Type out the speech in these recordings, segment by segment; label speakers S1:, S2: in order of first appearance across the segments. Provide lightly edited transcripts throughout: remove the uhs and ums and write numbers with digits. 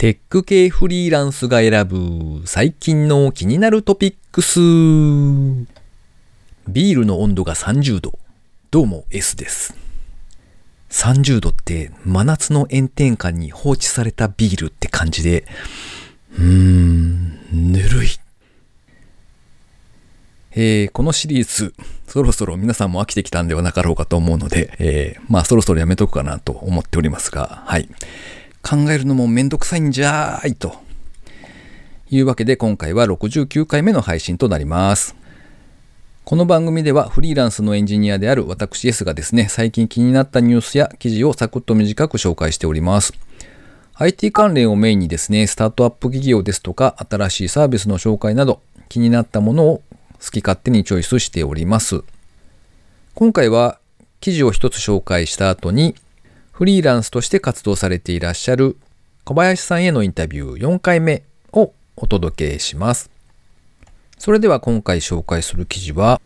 S1: テック系フリーランスが選ぶ最近の気になるトピックス。ビールの温度が30度。どうも S です。30度って真夏の炎天下に放置されたビールって感じで、ぬるい。このシリーズ、そろそろ皆さんも飽きてきたんではなかろうかと思うので、そろそろやめとくかなと思っておりますが、はい。考えるのもめんどくさいんじゃーいというわけで、今回は69回目の配信となります。この番組ではフリーランスのエンジニアである私 S がですね、最近気になったニュースや記事をサクッと短く紹介しております。IT 関連をメインにですね、スタートアップ企業ですとか新しいサービスの紹介など気になったものを好き勝手にチョイスしております。今回は記事を一つ紹介した後にフリーランスとして活動されていらっしゃる小林さんへのインタビュー4回目をお届けします。それでは今回紹介する記事は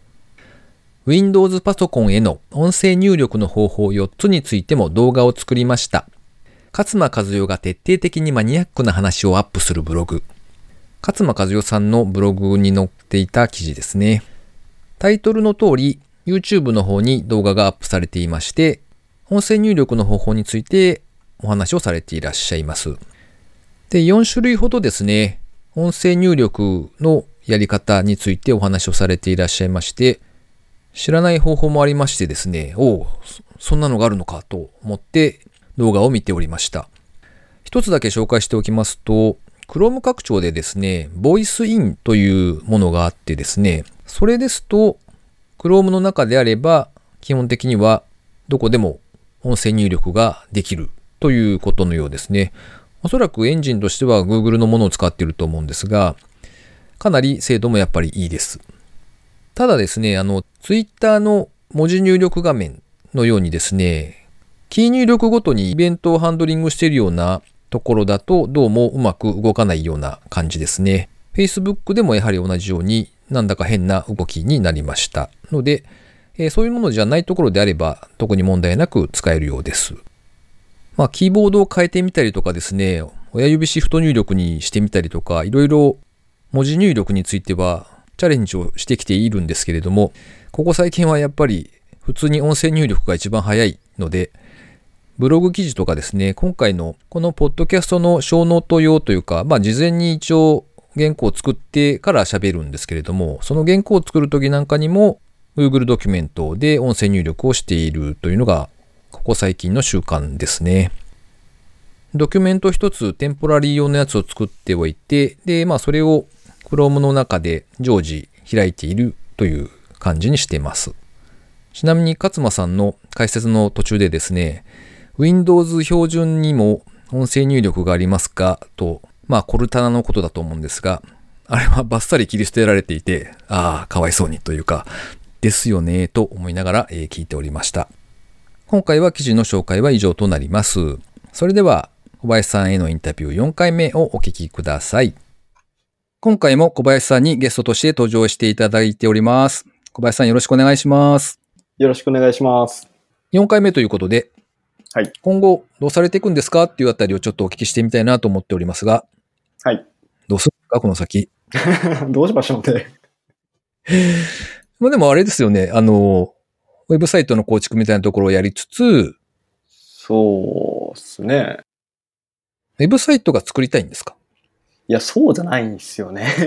S1: Windows パソコンへの音声入力の方法4つについても動画を作りました。勝間和代が徹底的にマニアックな話をアップするブログ。勝間和代さんのブログに載っていた記事ですね。タイトルの通り YouTube の方に動画がアップされていまして、音声入力の方法についてお話をされていらっしゃいます。で、4種類ほどですね、音声入力のやり方についてお話をされていらっしゃいまして、知らない方法もありましてですね、そんなのがあるのかと思って動画を見ておりました。一つだけ紹介しておきますと、Chrome 拡張でですね、Voice In というものがあってですね、それですと Chrome の中であれば基本的にはどこでも音声入力ができるということのようですね。おそらくエンジンとしては Google のものを使っていると思うんですが、かなり精度もやっぱりいいです。ただですね、Twitter の文字入力画面のようにですね、キー入力ごとにイベントをハンドリングしているようなところだとどうもうまく動かないような感じですね。Facebook でもやはり同じようになんだか変な動きになりましたので、そういうものじゃないところであれば特に問題なく使えるようです。キーボードを変えてみたりとかですね、親指シフト入力にしてみたりとか、いろいろ文字入力についてはチャレンジをしてきているんですけれども、ここ最近はやっぱり普通に音声入力が一番早いので、ブログ記事とかですね、今回のこのポッドキャストの小ノート用というか、事前に一応原稿を作ってから喋るんですけれども、その原稿を作るときなんかにもGoogle ドキュメントで音声入力をしているというのがここ最近の習慣ですね。ドキュメント一つテンポラリー用のやつを作っておいて、で、それを Chrome の中で常時開いているという感じにしています。ちなみに勝間さんの解説の途中でですね、Windows 標準にも音声入力がありますかと、コルタナのことだと思うんですが、あれはバッサリ切り捨てられていて、かわいそうにというか、ですよねと思いながら聞いておりました。今回は記事の紹介は以上となります。それでは小林さんへのインタビュー4回目をお聞きください。今回も小林さんにゲストとして登場していただいております。小林さんよろしくお願いします。
S2: よろしくお願いします。
S1: 4回目ということで、
S2: はい、
S1: 今後どうされていくんですかっていうあたりをちょっとお聞きしてみたいなと思っておりますが、
S2: はい。
S1: どうするんですかこの先。
S2: どうしましょうね。
S1: でもあれですよね、ウェブサイトの構築みたいなところをやりつつ、
S2: そうですね。
S1: ウェブサイトが作りたいんですか？
S2: いや、そうじゃないんですよね。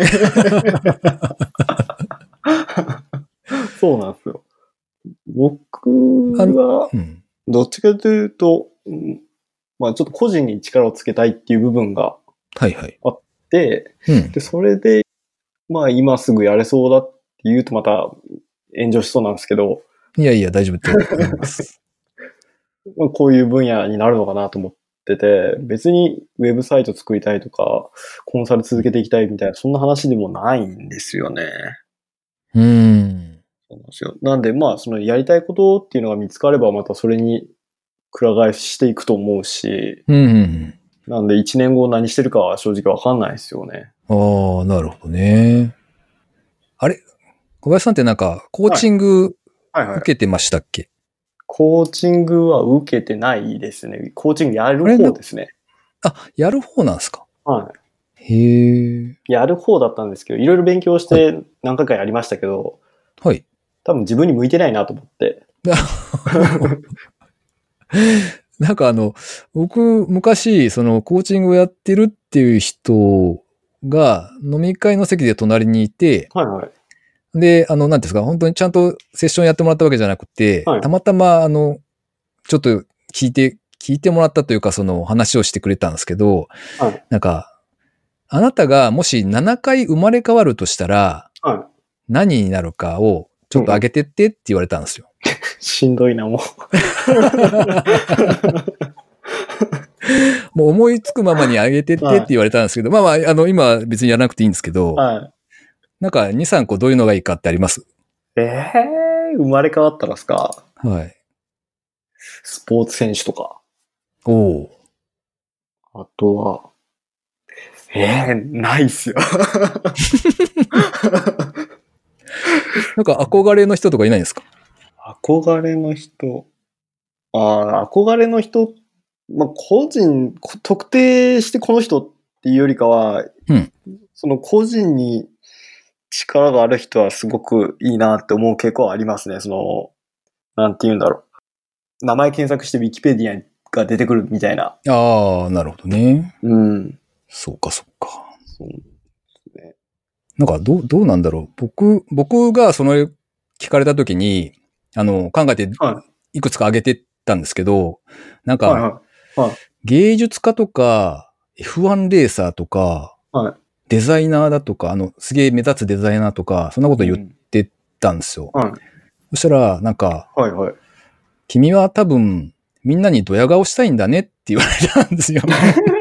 S2: そうなんですよ。僕は、どっちかというと、ちょっと個人に力をつけたいっていう部分があって、でそれで、今すぐやれそうだって言うとまた炎上しそうなんですけど。
S1: いやいや、大丈夫と思います。
S2: こういう分野になるのかなと思ってて、別にウェブサイト作りたいとか、コンサル続けていきたいみたいな、そんな話でもないんですよね。そうなんですよ。なんで、そのやりたいことっていうのが見つかれば、またそれにくら替えしていくと思うし、なんで1年後何してるかは正直わかんないですよね。
S1: なるほどね。あれ小林さんってなんか、コーチング受けてましたっけ？
S2: コーチングは受けてないですね。コーチングやる方ですね。
S1: やる方なんですか？
S2: は
S1: へえ。
S2: い。やる方だったんですけど、いろいろ勉強して何回かやりましたけど、
S1: はい。
S2: 多分自分に向いてないなと思って。
S1: なんか僕、昔、その、コーチングをやってるっていう人が、飲み会の席で隣にいて、
S2: はいはい。
S1: で、なんていうんですか、本当にちゃんとセッションやってもらったわけじゃなくて、
S2: はい
S1: たまたま、ちょっと聞いてもらったというか、その話をしてくれたんですけど、
S2: はい。
S1: なんか、あなたがもし7回生まれ変わるとしたら、
S2: は
S1: 何になるかをちょっと上げてってって言われたんですよ。
S2: い。しんどいな、もう。
S1: もう思いつくままに上げてってって言われたんですけど、まあまあ、今別にやらなくていいんですけど、
S2: は
S1: なんか2、3個どういうのがいいかってあります？
S2: い。生まれ変わったらですか？
S1: はい。
S2: スポーツ選手とか。
S1: おお。
S2: あとは、ないっすよ。
S1: なんか憧れの人とかいないんですか？
S2: 憧れの人。憧れの人、まあ、特定してこの人っていうよりかは、
S1: うん。
S2: その個人に力がある人はすごくいいなって思う傾向はありますね。なんて言うんだろう。名前検索してウィキペディアが出てくるみたいな。
S1: ああ、なるほどね。
S2: うん。
S1: そうか、そうか。
S2: そうですね。
S1: なんかどうなんだろう。僕がその聞かれた時に、考えて
S2: はい
S1: くつか挙げてったんですけど、なん
S2: い。はい
S1: か、
S2: はい。はい。
S1: 芸術家とか、F1 レーサーとか、
S2: はい。
S1: デザイナーだとか、すげえ目立つデザイナーとか、そんなこと言ってたんですよ。
S2: はい。
S1: そしたら、なんか、
S2: はいはい。
S1: 君は多分、みんなにドヤ顔したいんだねって言われたんですよ。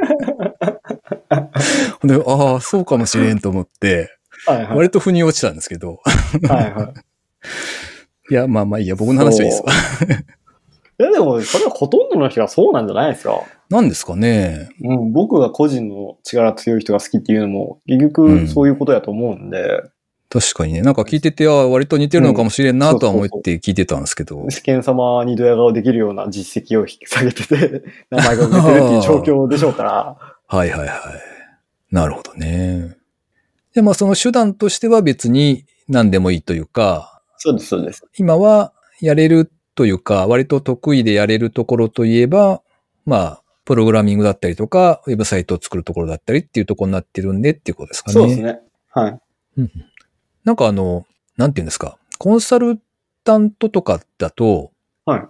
S1: で、ああ、そうかもしれんと思って、
S2: はいはい。
S1: 割と腑に落ちたんですけど。
S2: はいはい。
S1: いや、まあまあいいや、僕の話はいいですわ。
S2: いやでも、それはほとんどの人がそうなんじゃないですか。
S1: 何ですかね。
S2: うん、僕が個人の力強い人が好きっていうのも、結
S1: う
S2: 局
S1: ん
S2: そういうことやと思うんで。
S1: 確かにね。なんか聞いてて、割と似てるのかもしれんなとは思って聞いてたんですけど。
S2: 世間様にドヤ顔できるような実績を引き下げてて、名前が売れてるっていう状況でしょうから。
S1: はいはいはい。なるほどね。で、まあその手段としては別に何でもいいというか、
S2: そうです、そうです。
S1: 今はやれるというか、割と得意でやれるところといえば、まあ、プログラミングだったりとか、ウェブサイトを作るところだったりっていうところになってるんでっていうことですかね。
S2: そうですね。はい。
S1: うんなんかなんていうんですか、コンサルタントとかだと、
S2: はい。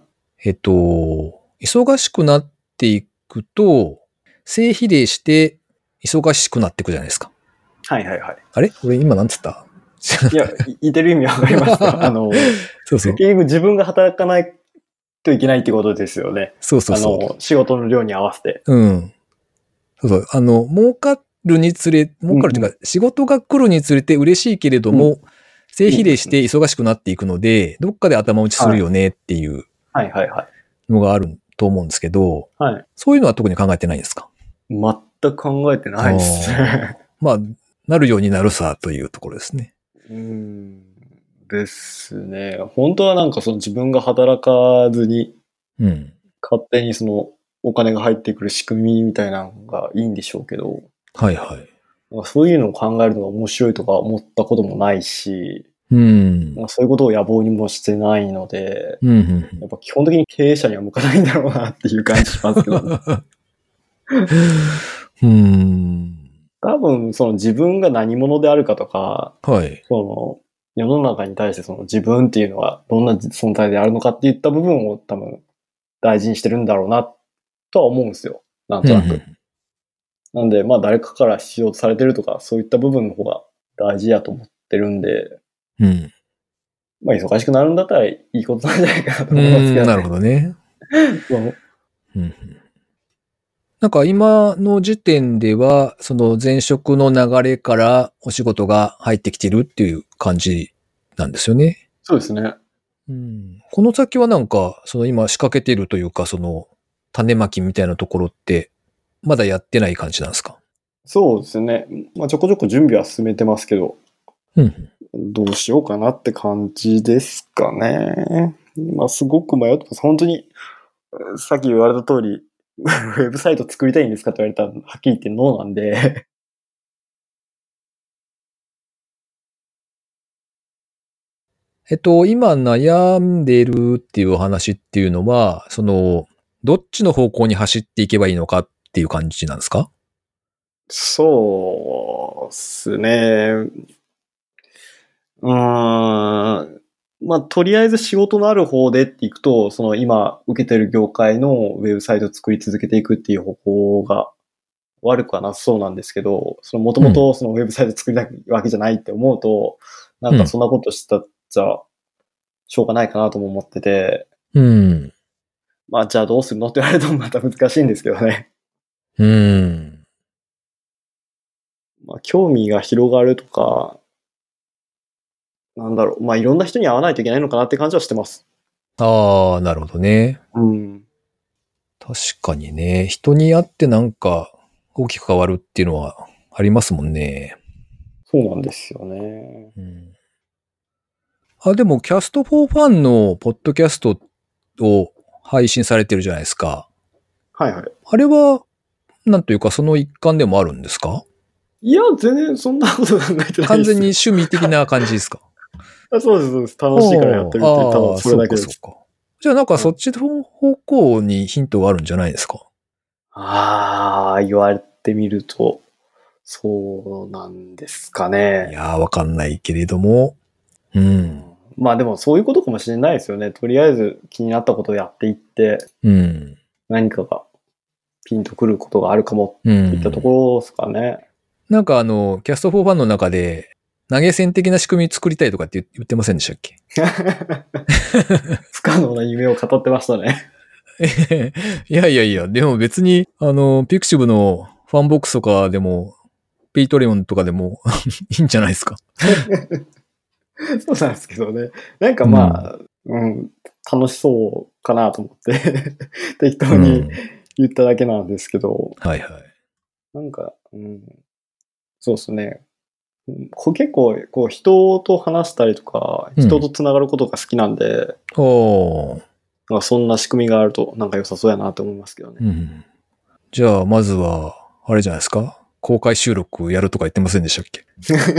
S1: 忙しくなっていくと、正比例して忙しくなっていくじゃないですか。
S2: はいはいはい。
S1: あれ俺今なんつった
S2: いや、言ってる意味わかりますか？
S1: そうそう。
S2: 結局自分が働かないといけないってことですよね。
S1: そうそうそう。
S2: 仕事の量に合わせて。
S1: うん。そうそう。儲かるにつれ、儲かるというか、仕事が来るにつれて嬉しいけれども、正比例して忙しくなっていくので、どっかで頭打ちするよねっていう
S2: はいはいはい。
S1: のがあると思うんですけど、
S2: はい。
S1: そういうのは特に考えてないですか？
S2: 全く考えてないですね。
S1: まあ、なるようになるさというところですね。
S2: ですね。本当はなんかその自分が働かずに、
S1: うん。
S2: 勝手にそのお金が入ってくる仕組みみたいなのがいいんでしょうけど、
S1: はいはい。
S2: なんかそういうのを考えるのが面白いとか思ったこともないし、
S1: うん。
S2: なんかそういうことを野望にもしてないので、
S1: うん。
S2: やっぱ基本的に経営者には向かないんだろうなっていう感じしますけど、ね、多分その自分が何者であるかとか、
S1: はい。
S2: その世の中に対してその自分っていうのはどんな存在であるのかっていった部分を多分大事にしてるんだろうなとは思うんですよ。なんとなく。なんで、まあ誰かから必要とされてるとか、そういった部分の方が大事やと思ってるんで、
S1: うん。
S2: まあ忙しくなるんだったらいいことなんじゃないかなと思いますけど、ね。
S1: なるほどね。なんか今の時点では、その前職の流れからお仕事が入ってきてるっていう感じなんですよね。
S2: そうですね。
S1: この先はなんか、その今仕掛けているというか、その種まきみたいなところって、まだやってない感じなんですか？
S2: そうですね。まあちょこちょこ準備は進めてますけど、どうしようかなって感じですかね。まあすごく迷ってます。本当に、さっき言われた通り、 ウェブサイト作りたいんですかって言われたら、はっきり言ってノーなんで。
S1: 今悩んでるっていうお話っていうのは、どっちの方向に走っていけばいいのかっていう感じなんですか？
S2: そうっすね。まあ、とりあえず仕事のある方でっていくと、その今受けてる業界のウェブサイトを作り続けていくっていう方向が悪くはなさそうなんですけど、もともとそのウェブサイト作りたいわけじゃないって思うと、なんかそんなことしたじゃしょうがないかなとも思ってて、
S1: うん。
S2: まあじゃあどうするのって言われるとまた難しいんですけどね。
S1: うん。
S2: まあ興味が広がるとか、なんだろう、まあいろんな人に会わないといけないのかなって感じはしてます。
S1: ああ、なるほどね。
S2: うん。
S1: 確かにね、人に会ってなんか大きく変わるっていうのはありますもんね。
S2: そうなんですよね。
S1: うん。でも、キャストフォーファンのポッドキャストを配信されてるじゃないですか。
S2: はいはい。
S1: あれは、なんというかその一環でもあるんですか？
S2: いや、全然そんなこと考えてないです。
S1: 完全に趣味的な感じですか？
S2: そうです、そうです。楽しいからやってるっていう、ただそれだけです。
S1: そうか。じゃあなんかそっちの方向にヒントがあるんじゃないですか？
S2: 言われてみると、そうなんですかね。
S1: いやー、わかんないけれども。うん。
S2: まあでもそういうことかもしれないですよね。とりあえず気になったことをやっていって、
S1: うん。
S2: 何かがピンとくることがあるかもっていったところですかね。
S1: なんかキャストフォーファンの中で、投げ銭的な仕組み作りたいとかって言ってませんでしたっけ？
S2: 不可能な夢を語ってましたね。
S1: いやいやいや、でも別に、ピクシブのファンボックスとかでも、ペイトレオンとかでもいいんじゃないですか。
S2: そうなんですけどね。なんかまあ、楽しそうかなと思って適当に言っただけなんですけど、
S1: はいはい。
S2: なんか、そうですね。結構、こう、人と話したりとか、人と繋がることが好きなんで、なんかそんな仕組みがあると、なんか良さそうやなと思いますけどね。
S1: じゃあ、まずは、あれじゃないですか？公開収録やるとか言ってませんでしたっけ？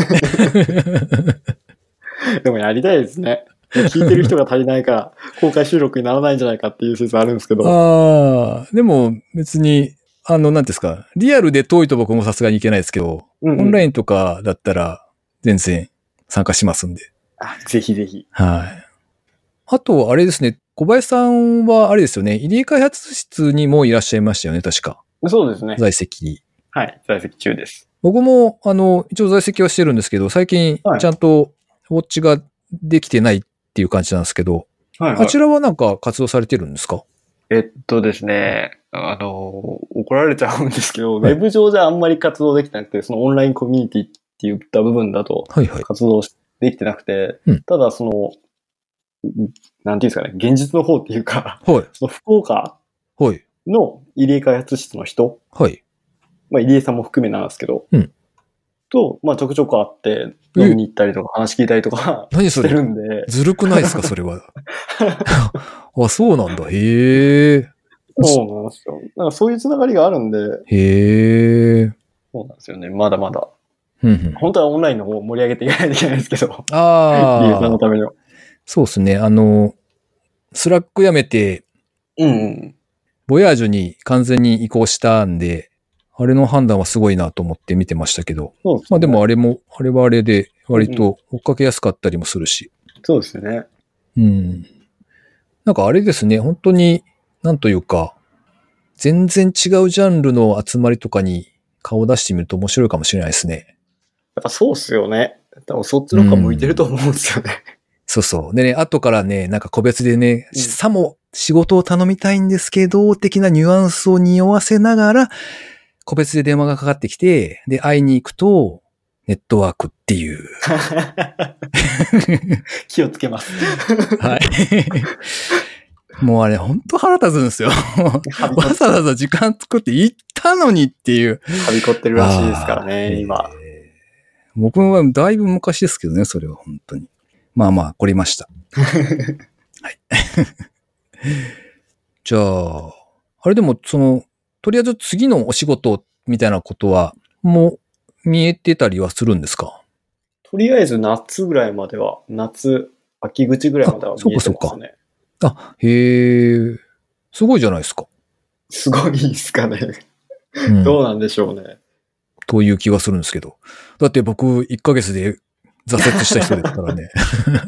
S2: でもやりたいですね。聞いてる人が足りないから、公開収録にならないんじゃないかっていう説あるんですけど。
S1: でも別に、なんていうんですか、リアルで遠いと僕もさすがに行けないですけど、オンラインとかだったら全然参加しますんで。
S2: ぜひぜひ。
S1: はい。あと、あれですね、小林さんはあれですよね、入江開発室にもいらっしゃいましたよね、確か。
S2: そうですね。
S1: 在籍。
S2: はい、在籍中です。
S1: 僕も、一応在籍はしてるんですけど、最近ちゃんとウォッチができてないっていう感じなんですけど、あちらはなんか活動されてるんですか？
S2: ですね、怒られちゃうんですけど、ウェブ上じゃあんまり活動できてなくて、そのオンラインコミュニティって言った部分だと活動できてなくて、ただその、なんていうんですかね、現実の方っていうか、その福岡の入江開発室の人、まあ入江さんも含めなんですけど、と、まあちょくちょく会って、飲みに行ったりとか話聞いたりとかしてるんで。
S1: ずるくないですか、それは。そうなんだ。へえ。
S2: そうなんですよ。なんかそういうつながりがあるんで。
S1: へえ。
S2: そうなんですよね。まだまだ。本当はオンラインの方を盛り上げていかないといけないんですけど。リエさんのためには。
S1: そうですね。スラックやめて、ボヤージュに完全に移行したんで、あれの判断はすごいなと思って見てましたけど。まあでもあれはあれで割と追っかけやすかったりもするし。
S2: そうですね。
S1: なんかあれですね、本当に、なんというか、全然違うジャンルの集まりとかに顔を出してみると面白いかもしれないですね。
S2: やっぱそうっすよね。多分そっちの方が向いてると思うんですよね。
S1: そうそう。でね、後からね、なんか個別でね、さも仕事を頼みたいんですけど、的なニュアンスを匂わせながら、個別で電話がかかってきて、で、会いに行くと、ネットワークっていう。
S2: 気をつけます。
S1: はい。もうあれ、ほんと腹立つんですよ。わざわざ時間作って行ったのにっていう。
S2: はびこってるらしいですからね、今。
S1: 僕はだいぶ昔ですけどね、それは本当に。まあまあ、凝りました。はい。じゃあ、あれでも、 とりあえず次のお仕事みたいなことは、もう見えてたりはするんですか？
S2: とりあえず夏ぐらいまでは、秋口ぐらいまでは見えてますね。
S1: へえ、すごいじゃないですか。
S2: すごいですかね。どうなんでしょうね。
S1: という気がするんですけど。だって僕、1ヶ月で挫折した人ですからね。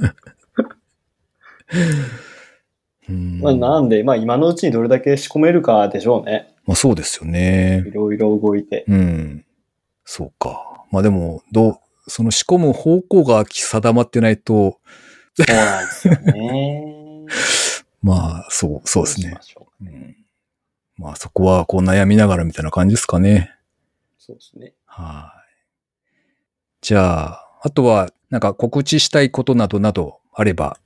S2: なんで、今のうちにどれだけ仕込めるかでしょうね。
S1: そうですよね。
S2: いろいろ動いて。
S1: そうか。でも、その仕込む方向が定まってないと。
S2: そうなんですよね。
S1: そうですね。そこはこう悩みながらみたいな感じですかね。
S2: そうですね。
S1: じゃあ、あとは、なんか告知したいことなどあれば。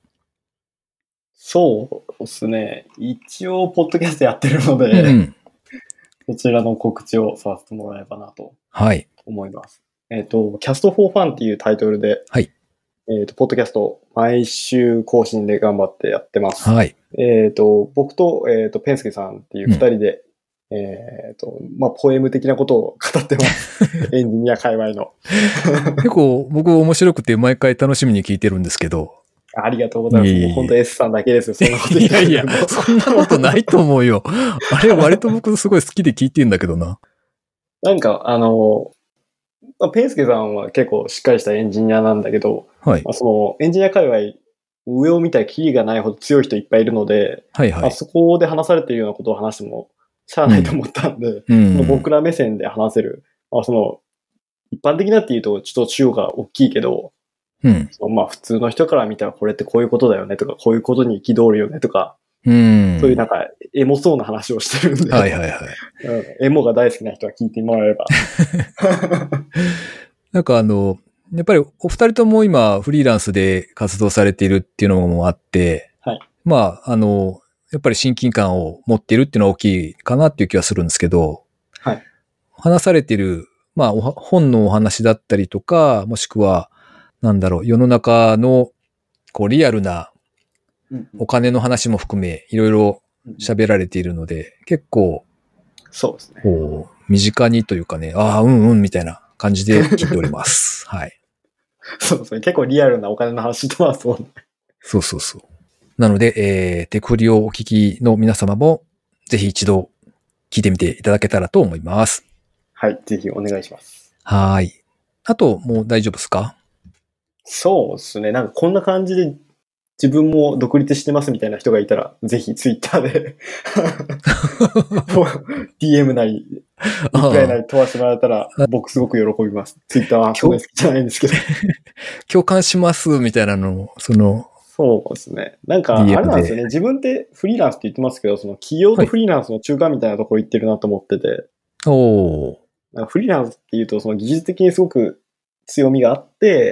S2: そうですね。一応、ポッドキャストやってるので、そちらの告知をさせてもらえばなと思います。キャストフォーファンっていうタイトルで、ポッドキャスト毎週更新で頑張ってやってます。僕と、ペンスケさんっていう二人で、ポエム的なことを語ってます。エンジニア界隈の。
S1: 結構僕面白くて毎回楽しみに聞いてるんですけど。
S2: ありがとうございます。もう本当 S さんだけですよ。そんなこと言って。
S1: いや、そんなことないと思うよ。あれ割と僕すごい好きで聞いてんだけどな。
S2: なんか、ペンスケさんは結構しっかりしたエンジニアなんだけど、そのエンジニア界隈、上を見たらキリがないほど強い人いっぱいいるので、そこで話されているようなことを話してもしゃあないと思ったんで、僕ら目線で話せる、その一般的なっていうとちょっと主語が大きいけど、普通の人から見たらこれってこういうことだよねとか、こういうことに憤るよねとか、そういうなんかエモそうな話をしてるんで、エモが大好きな人は聞いてもらえれば。
S1: なんかやっぱりお二人とも今フリーランスで活動されているっていうのもあって、やっぱり親近感を持っているっていうのは大きいかなっていう気はするんですけど、話されている、本のお話だったりとか、もしくは、世の中のこうリアルなお金の話も含め、いろいろ喋られているので、結構、
S2: そうですね。
S1: こう身近にというかね、みたいな感じで聞いております。
S2: そうですね。結構リアルなお金の話とはそう。
S1: そう。なので、テクフリをお聞きの皆様も、ぜひ一度聞いてみていただけたらと思います。
S2: はい、ぜひお願いします。
S1: あと、もう大丈夫ですか？
S2: そうですね。なんかこんな感じで自分も独立してますみたいな人がいたら、ぜひツイッターでDM なり、リプライなり飛ばしてもらえたら、僕すごく喜びます。ツイッターはそんなに好きじゃないんですけど。
S1: 共感しますみたいなの
S2: そうですね。なんか、あれなんですよね。自分ってフリーランスって言ってますけど、その企業とフリーランスの中間みたいなところ行ってるなと思ってて。フリーランスっていうと、その技術的にすごく強みがあって、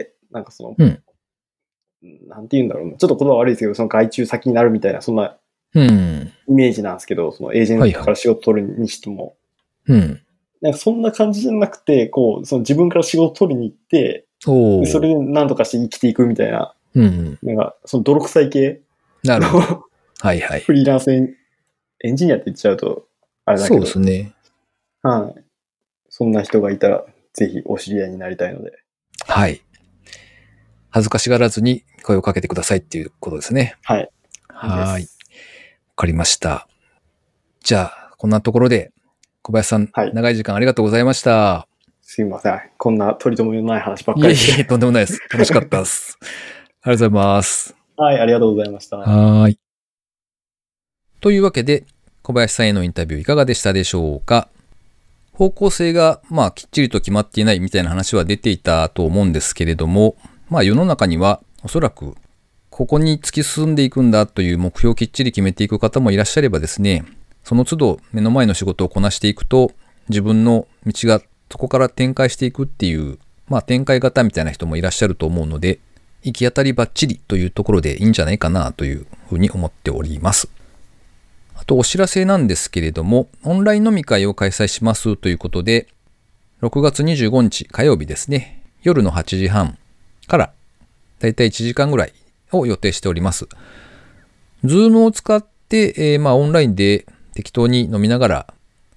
S2: なんかその、なんて言うんだろうな。ちょっと言葉悪いですけど、その外注先になるみたいな、そんな、イメージなんですけど、そのエージェントから仕事取るにしても。なんかそんな感じじゃなくて、こう、その自分から仕事取りに行って、それで何とかして生きていくみたいな。なんか、その泥臭い系
S1: なるほど。
S2: フリーランスエンジニアって言っちゃうと、あれだけど。
S1: そうですね。
S2: そんな人がいたら、ぜひお知り合いになりたいので。
S1: 恥ずかしがらずに声をかけてくださいっていうことですね。わかりました。じゃあ、こんなところで、小林さん、長い時間ありがとうございました。
S2: すいません。こんな取り留めのない話ばっかりで。
S1: いえ、とんでもないです。楽しかったです。ありがとうございます。
S2: ありがとうございました。
S1: というわけで、小林さんへのインタビューいかがでしたでしょうか？方向性が、きっちりと決まっていないみたいな話は出ていたと思うんですけれども、世の中にはおそらく、ここに突き進んでいくんだという目標をきっちり決めていく方もいらっしゃればですね、その都度目の前の仕事をこなしていくと、自分の道がそこから展開していくっていう、展開型みたいな人もいらっしゃると思うので、行き当たりばっちりというところでいいんじゃないかなというふうに思っております。あとお知らせなんですけれども、オンライン飲み会を開催しますということで、6月25日火曜日ですね、夜の8時半からだいたい1時間ぐらいを予定しております。Zoom を使って、オンラインで適当に飲みながら、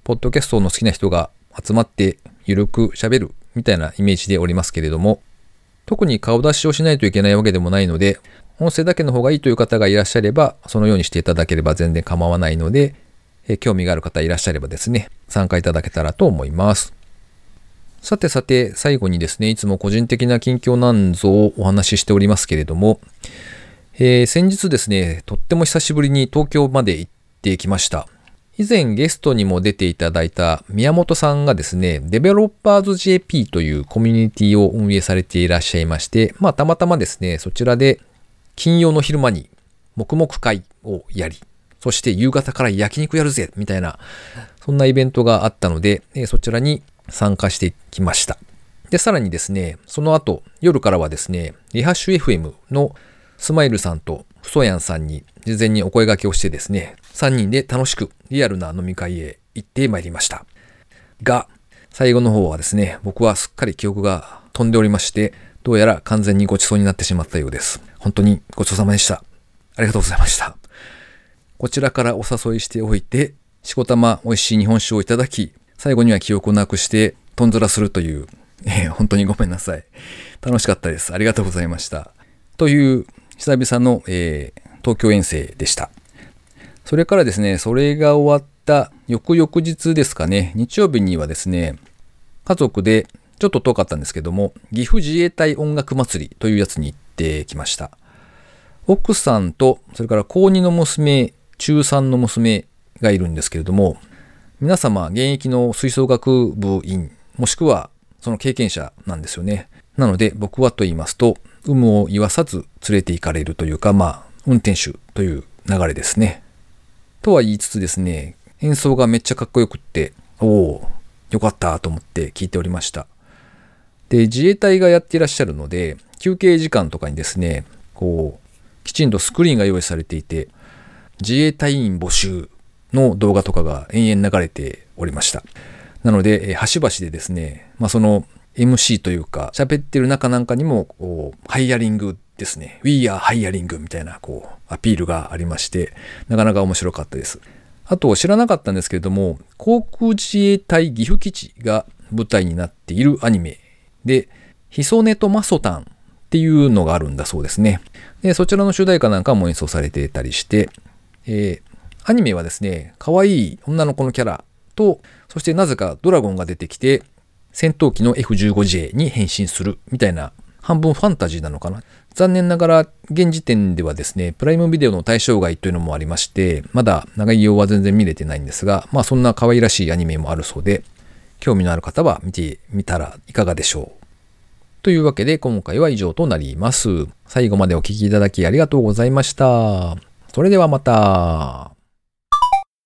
S1: ポッドキャストの好きな人が集まってゆるく喋るみたいなイメージでおりますけれども、特に顔出しをしないといけないわけでもないので、音声だけの方がいいという方がいらっしゃれば、そのようにしていただければ全然構わないので、興味がある方いらっしゃればですね、参加いただけたらと思います。さてさて、最後にですね、いつも個人的な近況なんぞをお話ししておりますけれども、先日ですね、とっても久しぶりに東京まで行ってきました。以前ゲストにも出ていただいた宮本さんがですね、デベロッパーズ JP というコミュニティを運営されていらっしゃいまして、たまたまですね、そちらで金曜の昼間に黙々会をやり、そして夕方から焼肉やるぜみたいな、そんなイベントがあったので、そちらに参加してきました。で、さらにですね、その後、夜からはですね、リハッシュ FM のスマイルさんとフソヤンさんに事前にお声掛けをしてですね、3人で楽しくリアルな飲み会へ行ってまいりました。が、最後の方はですね、僕はすっかり記憶が飛んでおりまして、どうやら完全にごちそうになってしまったようです。本当にごちそうさまでした。ありがとうございました。こちらからお誘いしておいて、しこたま美味しい日本酒をいただき、最後には記憶をなくしてとんずらするという、本当にごめんなさい。楽しかったです。ありがとうございました。という久々の、東京遠征でした。それからですね、それが終わった翌々日ですかね、日曜日にはですね、家族でちょっと遠かったんですけども、岐阜自衛隊音楽祭りというやつに行ってきました。奥さんと、それから高2の娘、中3の娘がいるんですけれども、皆様現役の吹奏楽部員、もしくはその経験者なんですよね。なので僕はと言いますと、有無を言わさず連れて行かれるというか、運転手という流れですね。とは言いつつですね、演奏がめっちゃかっこよくって、よかったと思って聞いておりました。で、自衛隊がやっていらっしゃるので、休憩時間とかにですね、きちんとスクリーンが用意されていて、自衛隊員募集の動画とかが延々流れておりました。なので、端々でですね、その MC というか、喋ってる中なんかにも、ハイアリングですね。We are hiring みたいな、アピールがありまして、なかなか面白かったです。あと、知らなかったんですけれども、航空自衛隊岐阜基地が舞台になっているアニメで、ヒソネとマソタンっていうのがあるんだそうですね。で、そちらの主題歌なんかも演奏されていたりして、アニメはですね、可愛い女の子のキャラと、そしてなぜかドラゴンが出てきて、戦闘機の F15J に変身するみたいな、半分ファンタジーなのかな。残念ながら現時点ではですね、プライムビデオの対象外というのもありまして、まだ内容は全然見れてないんですが、そんな可愛らしいアニメもあるそうで、興味のある方は見てみたらいかがでしょう。というわけで今回は以上となります。最後までお聞きいただきありがとうございました。それではまた。